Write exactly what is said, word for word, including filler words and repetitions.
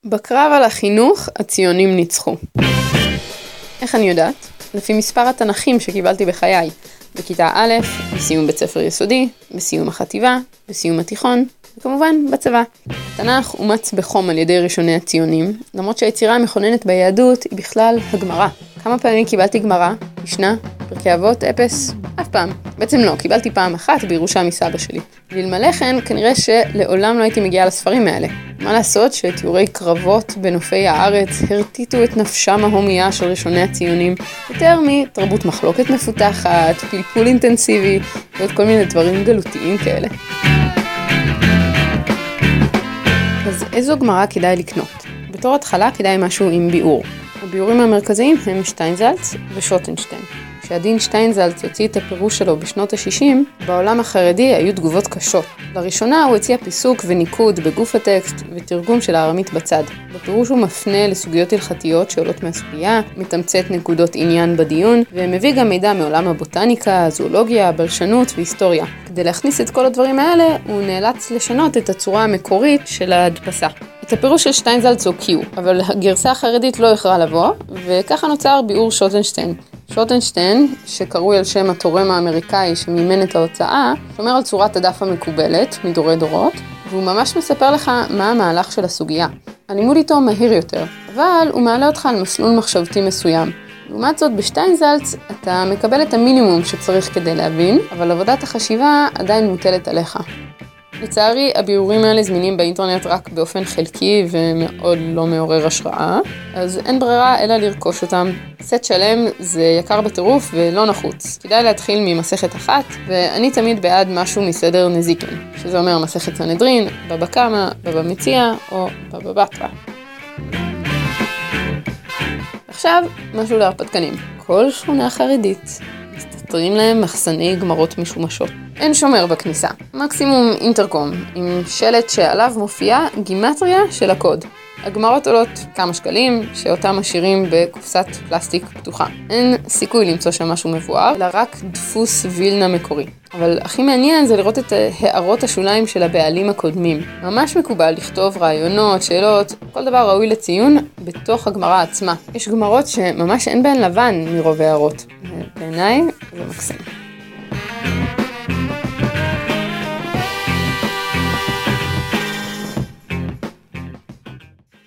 בקרב על החינוך, הציונים ניצחו. איך אני יודעת? לפי מספר התנ"כים שקיבלתי בחיי. בכיתה א', בסיום בית ספר יסודי, בסיום החטיבה, בסיום התיכון, וכמובן בצבא. התנ"ך אומץ בחום על ידי ראשוני הציונים, למרות שהיצירה המכוננת ביהדות היא בכלל הגמרא. כמה פעמים קיבלתי גמרא? משנה? פרקי אבות? אפס? אף פעם. בעצם לא, קיבלתי פעם אחת בירושה מסבא שלי. ואלמלא כן, כנראה שלעולם לא הייתי מגיעה לספרים האלה. מה לעשות שתיאורי קרבות בנופי הארץ הרטיטו את נפשם ההומייה של ראשוני הציונים, יותר מתרבות מחלוקת מפותחת, פלפול אינטנסיבי, ועוד כל מיני דברים גלותיים כאלה. אז איזו גמרא כדאי לקנות? בתור התחלה כדאי משהו עם ביאור. הביאורים המרכזיים הם שטיינזלץ ושוטנשטיין. כשהדין שטיינזלץ הוציא את הפירוש שלו בשנות ה-שישים, בעולם החרדי היו תגובות קשות. לראשונה הוא הציע פיסוק וניקוד בגוף הטקסט ותרגום של הארמית בצד. בפירוש הוא מפנה לסוגיות הלכתיות שעולות מהסוגיה, מתמצת נקודות עניין בדיון, ומביא גם מידע מעולם הבוטניקה, הזואולוגיה, הבלשנות והיסטוריה. כדי להכניס את כל הדברים האלה, הוא נאלץ לשנות את הצורה המקורית של ההדפסה. את הפירוש של שטיינזלץ הוקיעו, אבל הגרסה החרדית לא יכרה לבוא, וככה נוצר ביאור שוטנשטיין. שוטנשטיין, שקרוי על שם התורם האמריקאי שמימן את ההוצאה, שומר על צורת הדף המקובלת מדורי דורות, והוא ממש מספר לך מה המהלך של הסוגיה. הלימוד איתו מהיר יותר, אבל הוא מעלה אותך על מסלול מחשבתי מסוים. לעומת זאת, בשטיינזלץ אתה מקבל את המינימום שצריך כדי להבין, אבל עבודת החשיבה עדיין מוטלת עליך. לצערי, הביאורים האלה זמינים באינטרנט רק באופן חלקי ומאוד לא מעורר השראה, אז אין ברירה אלא לרכוש אותם. סט שלם זה יקר בטירוף ולא נחוץ. כדאי להתחיל ממסכת אחת, ואני תמיד בעד משהו מסדר נזיקין, שזה אומר מסכת סנהדרין, בבא קמא, בבא מציעא או בבא בתרא. עכשיו, משהו להרפתקנים. כל שכונה חרדית מסתתרים להם מחסני גמרות משומשות. אין שומר בכניסה, מקסימום אינטרקום, עם שלט שעליו מופיעה גימטריה של הקוד. הגמרות עולות כמה שקלים, שאותם משאירים בקופסת פלסטיק פתוחה. אין סיכוי למצוא שם משהו מבואר, אלא רק דפוס וילנה מקורי. אבל הכי מעניין זה לראות את הערות השוליים של הבעלים הקודמים. ממש מקובל לכתוב רעיונות, שאלות, כל דבר ראוי לציון בתוך הגמרה עצמה. יש גמרות שממש אין בהן לבן מרוב הערות. בעיניי זה מקסים.